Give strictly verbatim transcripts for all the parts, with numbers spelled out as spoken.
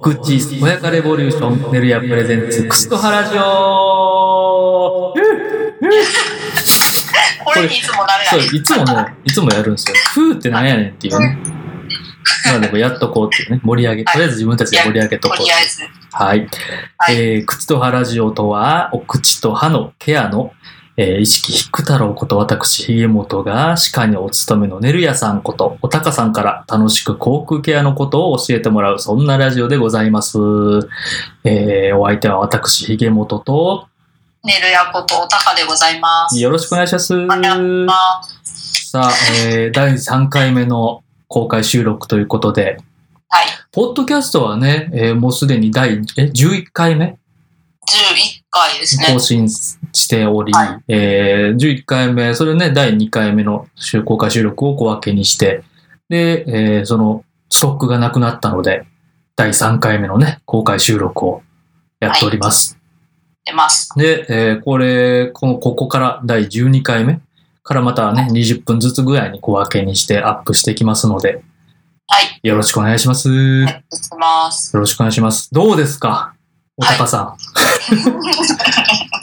くち親子レボリューションネルヤプレゼンツクストハラジオこれにいつもなれない。 そういつもねいつもやるんですよ。ふーってなんやねんっていうね。まあでもやっとこうっていうね盛り上げ、とりあえず自分たちで盛り上げとこう。 とりあえず。 はい。 はい、 えー、口と歯ラジオとはお口と歯のケアの、えー、意識ひく太郎こと私ひげもとが歯科にお勤めのねるやさんことおたかさんから楽しく口腔ケアのことを教えてもらうそんなラジオでございます。えー、お相手は私ひげもととねるやことおたかでございます。 よろしくお願いします。 お願いします。 さあ、えー、だいさんかいめの公開収録ということで、 はい。 ポッドキャストはね、えー、もうすでに第えじゅういっかいめじゅういっかいですね。 更新しており、 はい、 えー、じゅういっかいめ、それね、だいにかいめの公開収録を小分けにして、で、えー、そのストックがなくなったので、だいさんかいめのね、公開収録をやっております。 はい、出ます。 で、えー、これ、この、ここからだいじゅうにかいめからまたね、にじゅっぷんずつぐらいに小分けにしてアップしていきますので、 はい。 よろしくお願いします。 お願いします。 よろしくお願いします。どうですかおたかさん。はい、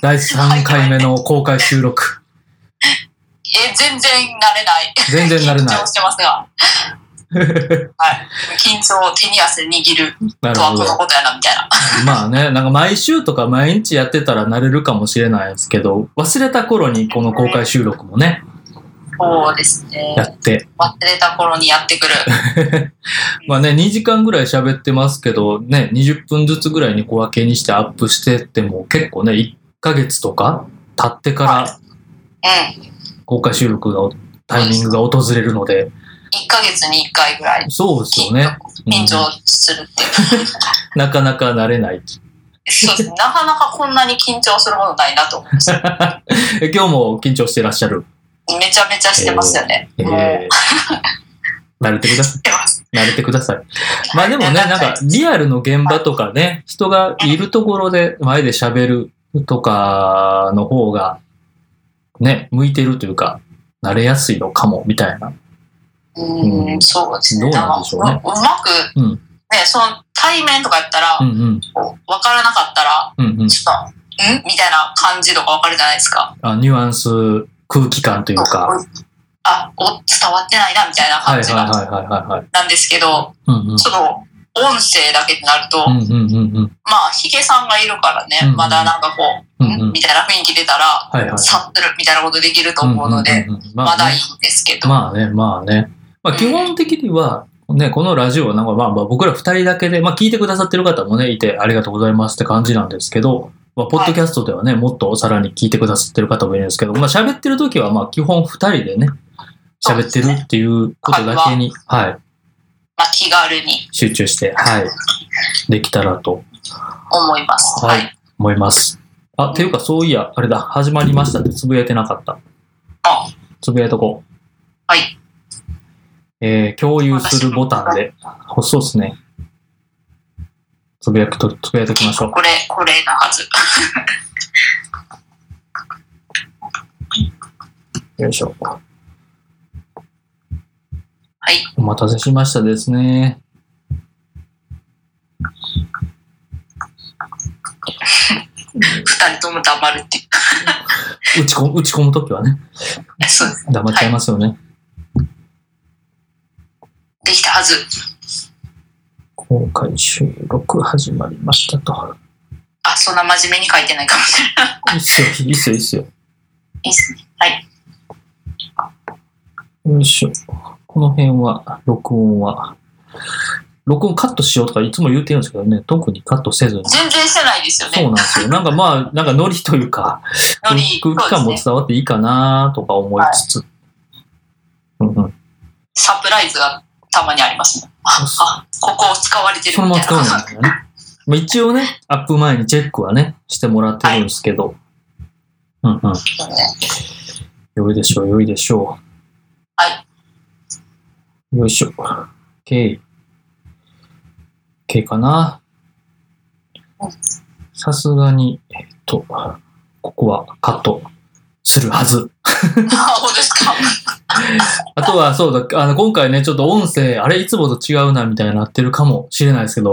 だいさんかいめの公開収録。 え、全然慣れない。 全然慣れない。 緊張してますが。はい。緊張、手に汗握るとはこのことやな、みたいな。 まあね、なんか毎週とか毎日やってたら慣れるかもしれないですけど、忘れた頃にこの公開収録もね、 そうですね。 やって。 忘れた頃にやってくる。 まあね、にじかんぐらい喋ってますけど、ね、にじゅっぷんずつぐらいに小分けにしてアップしてっても結構ね、いっかげつとか経ってから公開収録のタイミングが訪れるので、うんいっかげつにいっかいぐらい。 そうですよね。 緊張するっていう。 なかなか慣れない。 そうですね。なかなかこんなに緊張するものないなと思います。 今日も緊張してらっしゃる。 めちゃめちゃしてますよね。 えーえー、慣れてください。慣れてください。まあでもね、なんかリアルの現場とかね、人がいるところで前で喋るとかの方がね、向いてるというか、慣れやすいのかもみたいな。 うん、そうですね。 どうなんでしょうね。 うまく、うん、ね、その対面とかやったら、うんうん、こう分からなかったら、うんうん、ちょっと、んみたいな感じとか分かるじゃないですか。 あ、ニュアンス、空気感というか。 あ、お伝わってないな、みたいな感じが。なんですけど、うんうん、その、音声だけになると、うんうんうんうん、まあ、ヒゲさんがいるからね、うんうん、まだなんかこう、うんうん、みたいな雰囲気出たら、はいはい、さってるみたいなことできると思うので、まだいいんですけど。 まあね、まあね。まあ、基本的には、ね、このラジオはなんかまあまあ僕ら二人だけで、まあ聞いてくださってる方もね、いてありがとうございますって感じなんですけど、まあ、ポッドキャストではね、はい、もっとさらに聞いてくださってる方もいるんですけど、まあ喋ってる時はまあ基本二人でね、喋ってるっていうことだけに、はい。 まあ気軽に。 集中して、はい。できたらと。 思います。 はい。はい、思います。あ、うん、っていうかそういや、あれだ、始まりましたってつぶやいてなかった。 あつぶやいとこう。 はい。 えー、共有するボタンで、そうですね。つぶやくと、つぶやいておきましょう。 これ、これなはず。 よいしょ。 はい。 お待たせしましたですね。 二人とも黙るっていう。 打ち込む、打ち込むときはね。 そうです。 黙っちゃいますよね。はいできたはず。 公開収録始まりましたと。 あ、そんな真面目に書いてないかもしれない。 いいっすよ、いいっすよ、いいっすよ。 いいっすね。はい。 よいしょ。この辺は、録音は、録音カットしようとかいつも言うてるんですけどね、特にカットせずに。 全然してないですよね。 そうなんですよ。なんかまあ、なんかノリというか、 ノリ空気感も伝わっていいかなとか思いつつ。はいうんうん、 サプライズがたまにありますね。あ、ここを使われてるみたいな。 そのまま使うんですよね。まあ一応ね、アップ前にチェックはね、してもらってるんですけど。はい、うんうん。良いでしょう、良いでしょう。 はい。 よいしょ。OK。OK かな。さすがに、えっと、ここはカットするはず。 あ、そうですか。 あとはそうだ、あの今回ねちょっと音声あれいつもと違うなみたいになってるかもしれないですけど、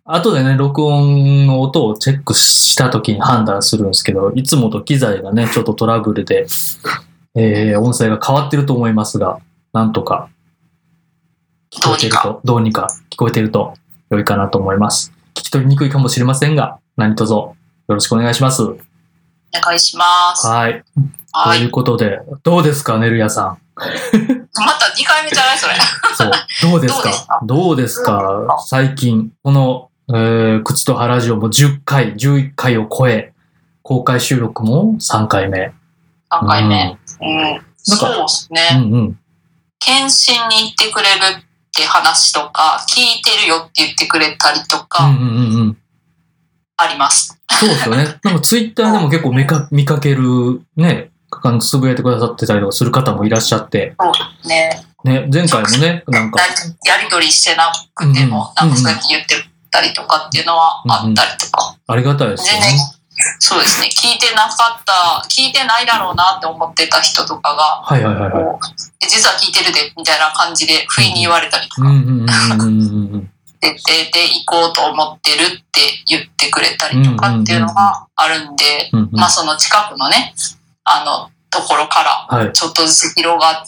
後でね、録音の音をチェックした時に判断するんですけど、いつもと機材がね、ちょっとトラブルで、えー、音声が変わってると思いますが、なんとか聞こえてると、どうにか聞こえてると良いかなと思います。聞き取りにくいかもしれませんが、何卒よろしくお願いします。お願いします。 はい。はい、ということで、どうですか、ねるやさん。 またにかいめじゃないそれ。 そう。どうですかどうですか最近、この、えー、口と葉ラジオもじゅっかい、じゅういっかいを超え、公開収録もさんかいめ。 さんかいめ。うん。うん、そうですね。うんうん。検診に行ってくれるって話とか、聞いてるよって言ってくれたりとか、うんうんうん、あります。 そうですよね。なんかツイッターでも結構見か、見かける、ね、つぶやいてくださってたりとかする方もいらっしゃって。 そうですね。 ね、前回もね、なんか。 やりとりしてなくても、うんうん、なんかそうやって言ってたりとかっていうのはあったりとか。 うんうん、ありがたいですよね。 そうですね。聞いてなかった、聞いてないだろうなって思ってた人とかが、 はいはいはい、はい。 実は聞いてるで、みたいな感じで、不意に言われたりとか。で、で、で、行こうと思ってるって言ってくれたりとかっていうのがあるんで、うんうんうん、まあその近くのね、あの、ところからちょっとずつ広がって、はい、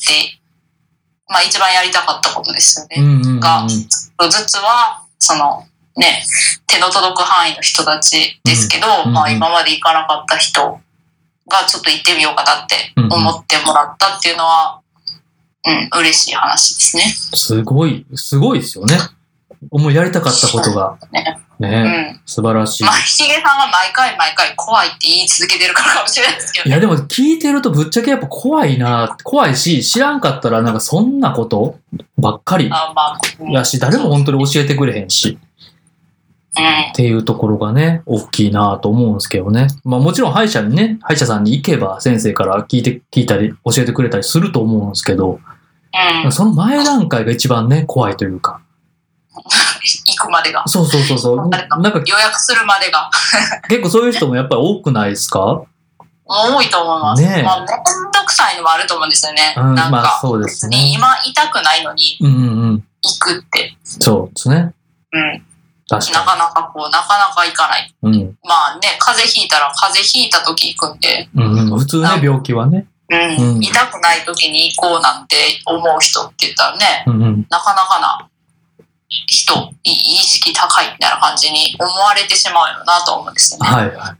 まあ一番やりたかったことですよね。うんうんうん、が、ちょっとずつは、その、ね、手の届く範囲の人たちですけど、うんうんうん、まあ今まで行かなかった人がちょっと行ってみようかなって思ってもらったっていうのは、うん、うん、嬉しい話ですね。 すごい、すごいですよね。もうやりたかったことが。ね。ね、うん、素晴らしい。 まあ、ひげさんは毎回毎回怖いって言い続けてるからかもしれないですけど、ね。 いや、でも聞いてるとぶっちゃけやっぱ怖いな、怖いし、知らんかったらなんかそんなことばっかり。あ、まあ、うん、やし、誰も本当に教えてくれへんし。うん、っていうところがね、大きいなと思うんですけどね。まあもちろん歯医者にね、歯医者さんに行けば先生から聞いて、聞いたり教えてくれたりすると思うんですけど、うん、その前段階が一番ね、怖いというか。 行くまでが。 そうそうそうそう。なんか予約するまでが。 結構そういう人もやっぱり多くないですか？ 多いと思います。ね、まあ、めんどくさいのもあると思うんですよね。うん、なんか、まあそうですね、別に今痛くないのに、行くって。 そうですね。 うん。確かに。なかなかこう、なかなか行かない。うん、まあね、風邪ひいたら風邪ひいた時行くんで。 うん、普通ね、病気はね。 うん、うん。痛くない時に行こうなんて思う人って言ったらね、うんうん、なかなかな。人、意識高いみたいな感じに思われてしまうよなと思うんですよね。はいはい。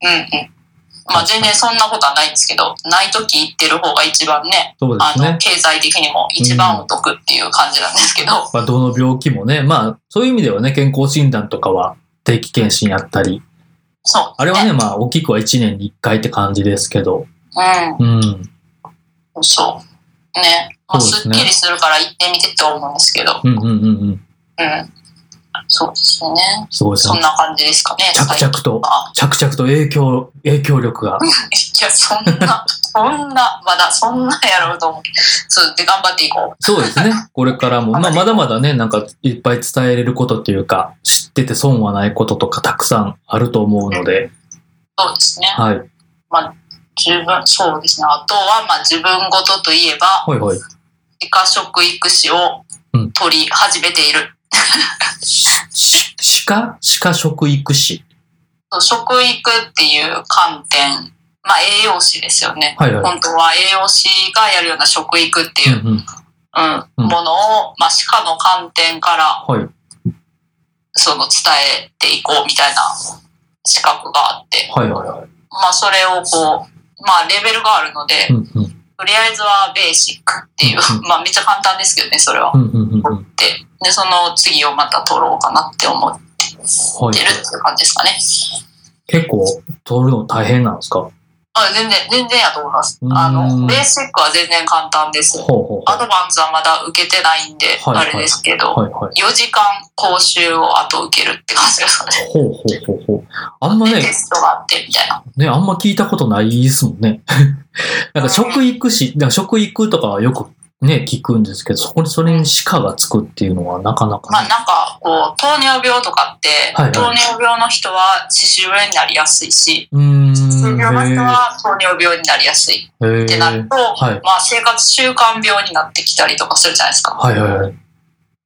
うんうん。まあ全然そんなことはないんですけど、ないとき行ってる方が一番ね、そうですね、あの経済的にも一番お得っていう感じなんですけど。うん、 まあどの病気もね、まあそういう意味ではね、健康診断とかは定期検診やったり、 そう、ね。 あれはね、まあ大きくはいちねんにいっかいって感じですけど。 うん。うん。そう。ね。まあすっきりするから行ってみてって思うんですけど。うんうんうんうん。うん。そうですよね。すごいですね。そんな感じですかね。 着々と、着々と影響、影響力が。 いや、そんな、そんな、まだそんなやろうと思う。そうで、頑張っていこう。 そうですね。これからも、まあ、まだまだね、なんかいっぱい伝えれることっていうか、知ってて損はないこととかたくさんあると思うので。 そうですね。 はい。 まあ、自分、そうですね。あとは、まあ、自分ごとといえば、 はいはい。 歯科食育士を取り始めている。うん歯科歯科食育士。 食育っていう観点、まあ栄養士ですよね。はいはい、本当は栄養士がやるような食育っていう、うんうんうん、ものを、まあ、歯科の観点から、はい、その伝えていこうみたいな資格があって、はいはいはい、まあそれをこう、まあレベルがあるので、うんうん、とりあえずはベーシックっていう、うんうん、まあめっちゃ簡単ですけどね、それは。うんうんうんうん、で、で、その次をまた取ろうかなって思ってるっていう感じですかね。 結構取るの大変なんですか？ あ、全然、全然やと思います。あの、ベーシックは全然簡単です。ほうほうほう、アドバンスはまだ受けてないんで、はいはい、あれですけど、はいはい、よじかん講習をあと受けるって感じですかね。 ほうほうほうほう。あんまね、 テストがあってみたいな。 ね、あんま聞いたことないですもんね。なんか食育士、なんか食育とかはよくね、聞くんですけど、そこにそれに歯科がつくっていうのはなかなか、ね。 まあなんか、こう、糖尿病とかって、はいはい、糖尿病の人は歯周病になりやすいし、うーん、歯周病の人は糖尿病になりやすいってなると、はい、まあ生活習慣病になってきたりとかするじゃないですか。はいはいはい。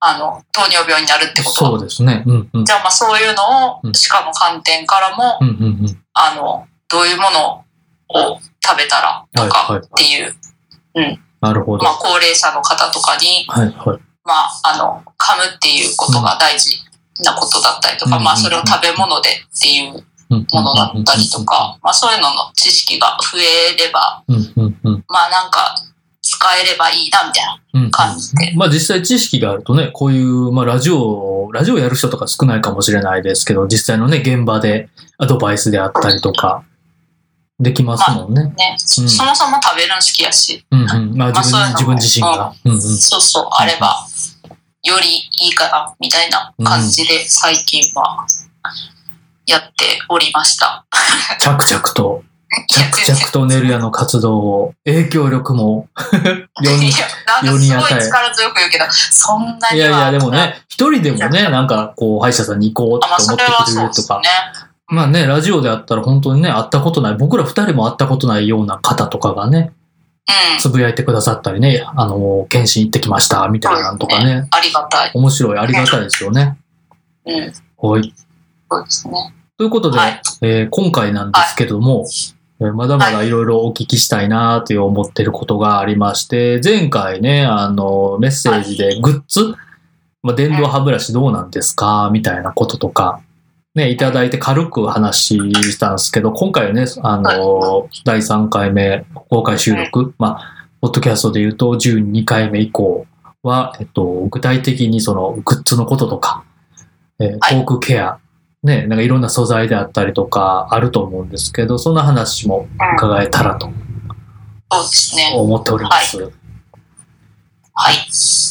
あの、糖尿病になるってことは。 そうですね。うんうん、 じゃあ、まあそういうのを、歯科の観点からも、 うんうんうん、 あの、どういうものを食べたらとかっていう、はいはいはい、うん。 なるほど。 まあ高齢者の方とかに、 はいはい、 まあ、あの、噛むっていうことが大事なことだったりとか、うん、まあそれを食べ物でっていうものだったりとか、まあそういうのの知識が増えれば、 うんうんうん、 まあなんか、使えればいいなみたいな感じで、 うんうん、まあ実際知識があるとね、こういう、まあラジオラジオやる人とか少ないかもしれないですけど、実際のね現場でアドバイスであったりとかできますもんね。 まあ、ね、うん、そもそも食べるの好きやし、 うんうん、まあ自分、まあ、自分自身が、 うんうん、そうそうあればよりいいかなみたいな感じで最近はやっておりました。 着々と。着々とネルヤの活動を、影響力も世に、世に与え。 すごい力強く言うけど、そんなには。 いやいや、でもね、一人でもね、なんかこう、歯医者さんに行こうって思ってくれるとか。 ね、 まあね、ラジオであったら本当にね、会ったことない、僕ら二人も会ったことないような方とかがね、うん、つぶやいてくださったりね、あの、検診行ってきました、みたいなのとかね。 ねありがたい。 面白い、ありがたいですよね。 うん。 はい。 そうですね。 ということで、はい、えー、今回なんですけども、はいまだまだいろいろお聞きしたいなという思っていることがありまして、前回ね、あの、メッセージでグッズ、まあ、電動歯ブラシどうなんですかみたいなこととか、ね、いただいて軽く話したんですけど、今回はね、あの、だいさんかいめ公開収録、まあ、ポッドキャストで言うとじゅうにかいめ以降は、えっと、具体的にそのグッズのこととか、えー、トークケア、ね、なんかいろんな素材であったりとかあると思うんですけど、そんな話も伺えたらと思っております。 はい。はい。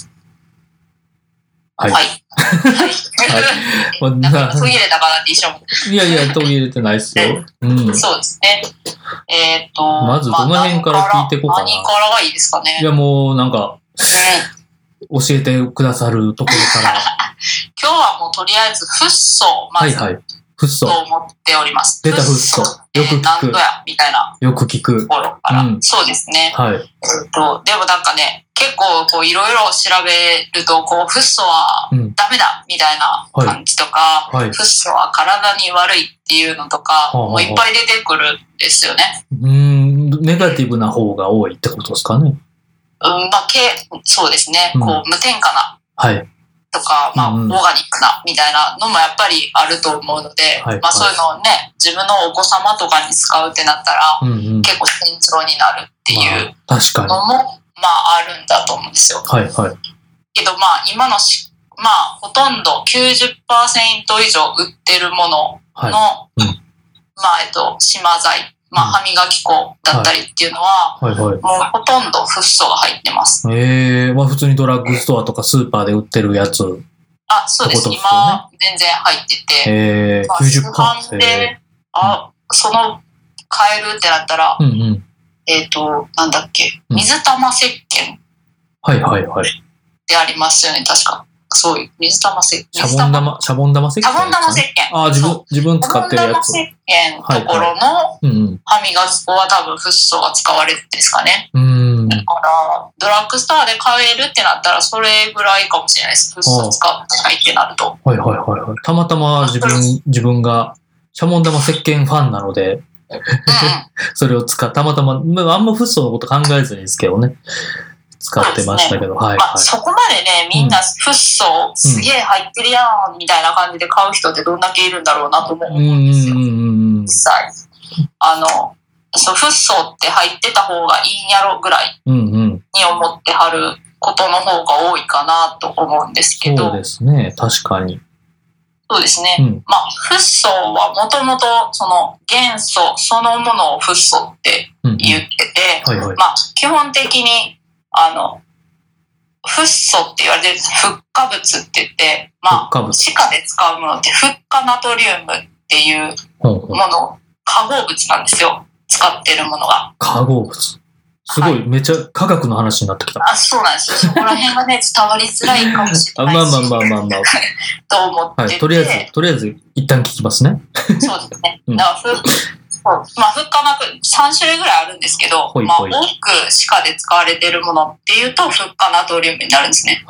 はい。 はい。はい。なんか途切れたかなって一緒。 いやいや、途切れてないですよ。 うん。そうですね。えっと。 まずどの辺から聞いていこうかな。 何からがいいですかね。 いやもうなんか、教えてくださるところから。 今日はもうとりあえずフッ素をまず、はいはい、 フッ素と思っております。 出たフッ素。よく聞く。 何度やみたいな。 よく聞く。 ところから、うん。そうですね。 はい。 えっと、でもなんかね、結構こういろいろ調べると、こうフッ素はダメだみたいな感じとか、うんはいはい、フッ素は体に悪いっていうのとか、はあはあ、もういっぱい出てくるんですよね。 うーん、ネガティブな方が多いってことですかね。 うん、まあ、そうですね。うん、こう無添加な。 はい。 とか、まあ、うんうん、オーガニックなみたいなのもやっぱりあると思うので、はいはい、まあそういうのをね、自分のお子様とかに使うってなったら、うんうん、結構慎重になるっていうのも、まあ、まああるんだと思うんですよ。 はいはい。 けどまあ今のし、まあほとんど きゅうじゅっパーセント 以上売ってるものの、はいうん、まあえっと、島剤、まあ歯磨き粉だったりっていうのは、はいはいはい、もうほとんどフッ素が入ってます。 へえー、まあ普通にドラッグストアとかスーパーで売ってるやつ。 あ、そうです。ね、今全然入ってて、 えーまあ、 きゅうじゅっパーセント で、あ、その買えるってなったら、うんうん、えっと、なんだっけ、水玉石鹸。 はいはいはい。 でありますよね、確か。そういう、水玉石鹸。 シャボン玉、シャボン玉石鹸。 シャボン玉石鹸。 あ、自分、自分使ってるやつ。 シャボン玉石鹸のところの歯磨き粉は多分フッ素が使われるんですかね。 うんだから、ドラッグストアで買えるってなったら、それぐらいかもしれないです。フッ素使ってないってなると。 はいはいはいはい。たまたま自分、自分がシャボン玉石鹸ファンなので、うん、それを使ったまたま、あんまフッ素のこと考えずにですけどね。使ってましたけど、ね、はい、はいまあ、そこまでね、みんなフッ素すげえ入ってるやん、みたいな感じで買う人ってどんだけいるんだろうなと思うんですよ。実際。あの、そう、フッ素って入ってた方がいいんやろぐらいに思ってはることの方が多いかなと思うんですけど。 そうですね、確かに。 そうですね。うん、まあ、フッ素はもともとその元素そのものをフッ素って言ってて、うんうんはいはい、まあ、基本的にあの、フッ素って言われてるフッ化物って言って、まあ、歯科で使うものってフッ化ナトリウムっていうもの、化合物なんですよ。使ってるものが。 化合物すごい、はい、めっちゃ科学の話になってきた。 あ、そうなんですよ。そこら辺がね、伝わりづらいかもしれないし。 まあまあまあまあまあ。 と思ってて、 はい。とりあえず、とりあえず、一旦聞きますね。 そうですね。だからフッまあ、フッ化なくさん種類ぐらいあるんですけど、ほいほいまあ、多く歯科で使われているものっていうと、フッ化ナトリウムになるんですね。 はい。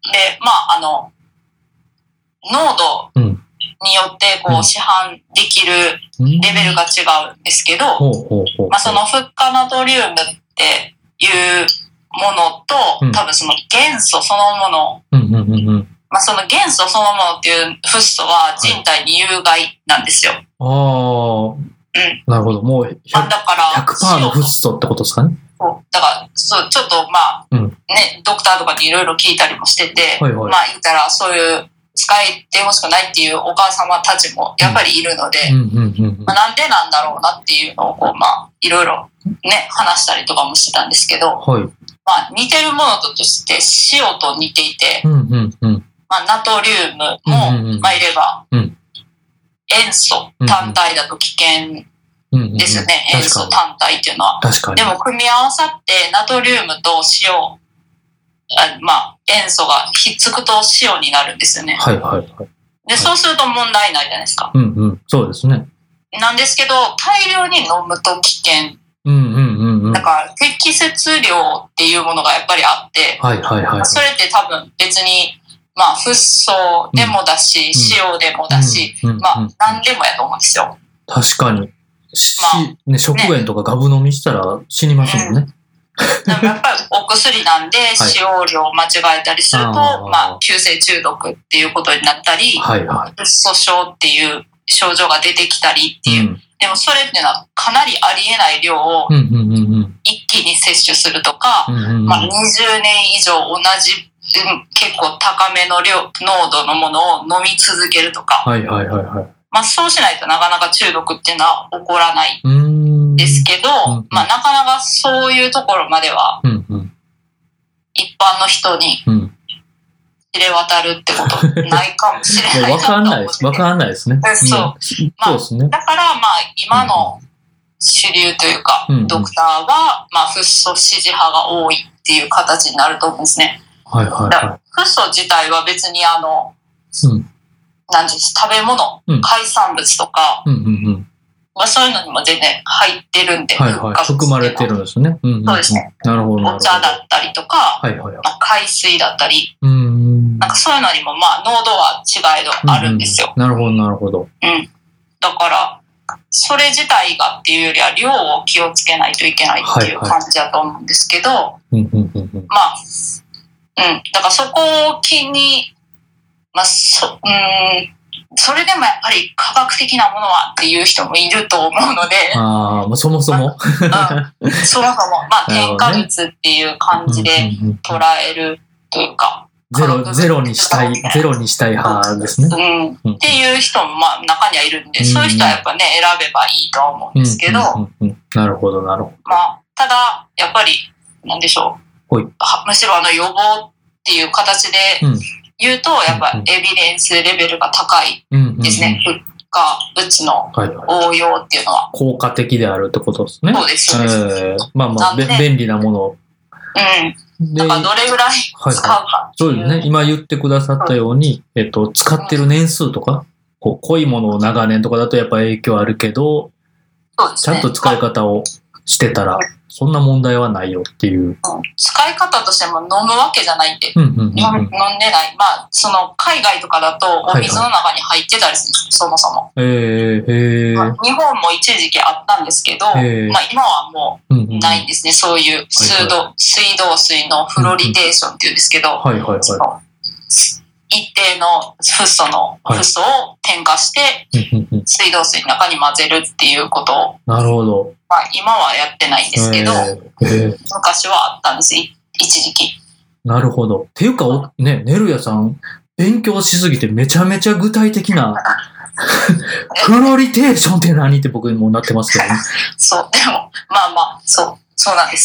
で、まあ、あの、濃度によってこう市販できるレベルが違うんですけど、まあ、そのフッ化ナトリウムっていうものと、多分その元素そのもの、まあ、その元素そのものっていうフッ素は人体に有害なんですよ。ああ、うん、なるほど。もう ひゃくパーセント のフッ素ってことですかね。 そうだからそうちょっとまあ、うん、ね、ドクターとかにいろいろ聞いたりもしてて、はいはい、まあ言ったらそういう使ってほしくないっていうお母様たちもやっぱりいるので、まあ、なんでなんだろうなっていうのをこう、まあ、いろいろね話したりとかもしてたんですけど、はい、まあ、似てるものとして塩と似ていて、うんうんうん、まあ、ナトリウムも、うんうんうん、まあ、いれば、うん、塩素単体だと危険ですよね、うんうんうん、塩素単体っていうのは。確かに。でも組み合わさってナトリウムと塩、あまあ、塩素がひっつくと塩になるんですよね。はいはいはい。で、そうすると問題ないじゃないですか。 うんうん、そうですね。 なんですけど、大量に飲むと危険。うんうんうんうん。だから適切量っていうものがやっぱりあって、はいはいはい、はい。それって多分別に、まあ、フッ素でもだし、うん、塩でもだし、うんうんうん、まあ、何でもやと思うんですよ。 確かに。まあね、食塩とかガブ飲みしたら死にますもんね。 うん、でもやっぱりお薬なんで使用量を間違えたりすると、はい、まあ、急性中毒っていうことになったり、はいはい、フッ素症っていう症状が出てきたりっていう、うん、でもそれっていうのはかなりありえない量を一気に摂取するとか、うんうんうん、まあ、にじゅうねん以上同じ、うん、結構高めの量濃度のものを飲み続けるとか、はいはいはいはい、まあ、そうしないとなかなか中毒っていうのは起こらないんですけど、うんうん、まあ、なかなかそういうところまでは一般の人に知れ渡るってことないかもしれないわかんないです。わかんないですね。 そう。まあ、そうですね。だからまあ今の主流というか、うんうん、ドクターはまあフッ素支持派が多いっていう形になると思うんですね。はいはいはい。だからフッ素自体は別にあの、うんなんです食べ物、うん、海産物とか、うんうんうんまあ、そういうのにも全然入ってるんで、 はいはい、含まれてるんですね。うんうんうん、 そうですね。 なるほど。 お茶だったりとか、はいはいはいまあ、海水だったり、うんなんかそういうのにもまあ濃度は違いどあるんですよ。 うんうん、なるほどなるほど。 うん。だからそれ自体がっていうよりは量を気をつけないといけないっていう感じだと思うんですけど、はいはい、まあ、うんだからそこを機にまあ、そ, うんそれでもやっぱり科学的なものはっていう人もいると思うのでああそもそも、 まあうん、そもそも、まあ、添加物っていう感じで捉えるというか、 ゼロ、ゼロにしたいゼロにしたい派ですね、 うん、っていう人もまあ中にはいるんで、うん、そういう人はやっぱね選べばいいとは思うんですけど、うんうんうんうん、 なるほどなるほど、 まあ、ただやっぱりなんでしょうむしろあの予防っていう形で、うん言うとやっぱエビデンスレベルが高いですね、フッ化物の応用っていうのは、はいはい、 効果的であるってことですね。 そうですそうです、えー、 まあまあ便利なもの、 うんだからどれぐらい使うか、はいはい、 そうですね今言ってくださったように、うんえっと、使ってる年数とかこう濃いものを長年とかだとやっぱ影響あるけど、そうですね、ちゃんと使い方をしてたら、うんそんな問題はないよっていう、うん、 使い方としても飲むわけじゃないんで、うんうんうんうん、飲んでないまあその海外とかだとお水の中に入ってたりするんですよ、はいはい、そもそも、えーえーまあ、日本も一時期あったんですけど、えーまあ、今はもうないんですね、うんうん、そういう水道、はいはい、水道水のフロリデーションっていうんですけど、うんうんはいはいはい、一定のフッ素のフッ素を添加して水道水の中に混ぜるっていうことを、 なるほど、 まあ、今はやってないんですけど、えーえー、昔はあったんです一時期。 なるほど。っていうかね、ネルヤさん勉強しすぎてめちゃめちゃ具体的なフロリテーションって何って僕にもなってますけどね。 そうでもまあまあそうそうなんです。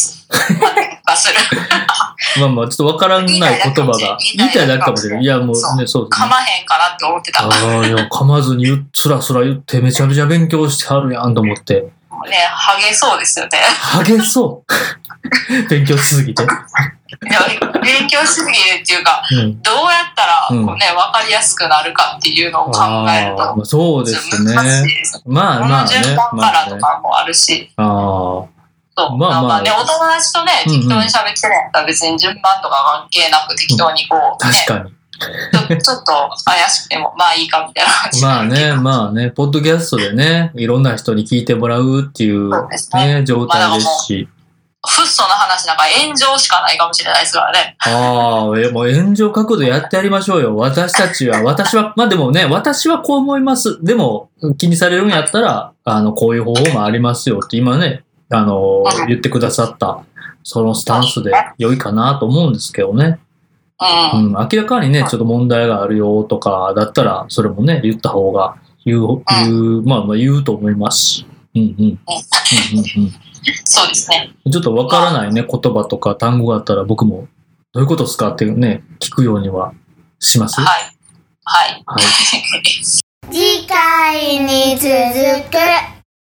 まあまあちょっとわからない言葉が言いたいだけかもしれない。いやもうねそうですね。 噛まへんかなって思ってた。 ああいや噛まずにスラスラ言ってめちゃめちゃ勉強してはるやんと思って。 ねハゲそうですよね。 ハゲそう勉強しすぎて。いや勉強しすぎるっていうか、うん、どうやったらこう、ね、分かりやすくなるかっていうのを考えると、 うん、そうですね。 難しいです。まあまあね。この順番からとかもあるし。 まあね、あそう。まあまあ。なんかね、お友達とね、適当に喋ってるやったら別に順番とか関係なく適当にこう、ね、 確かに。 ちょ, ちょっと怪しくてもまあいいかみたいな感じ。 まあね、まあね、ポッドキャストでね、いろんな人に聞いてもらうっていう、ね、ね、状態ですし。 フッ素の話なんか炎上しかないかもしれないですからね。 ああ、もう炎上角度やってやりましょうよ。私たちは、私は、まあでもね、私はこう思います。でも、気にされるんやったら、あの、こういう方法もありますよって今ね、あの、言ってくださった、そのスタンスで良いかなと思うんですけどね。うん、明らかにね、ちょっと問題があるよとかだったら、それもね、言った方が言う、言う、まあまあ言うと思いますし。うんうん。うんうんうん。 そうですね。 ちょっとわからないね、言葉とか単語があったら僕も、どういうことですかってね、聞くようにはします。 はい。はい。 はい。 次回に続く。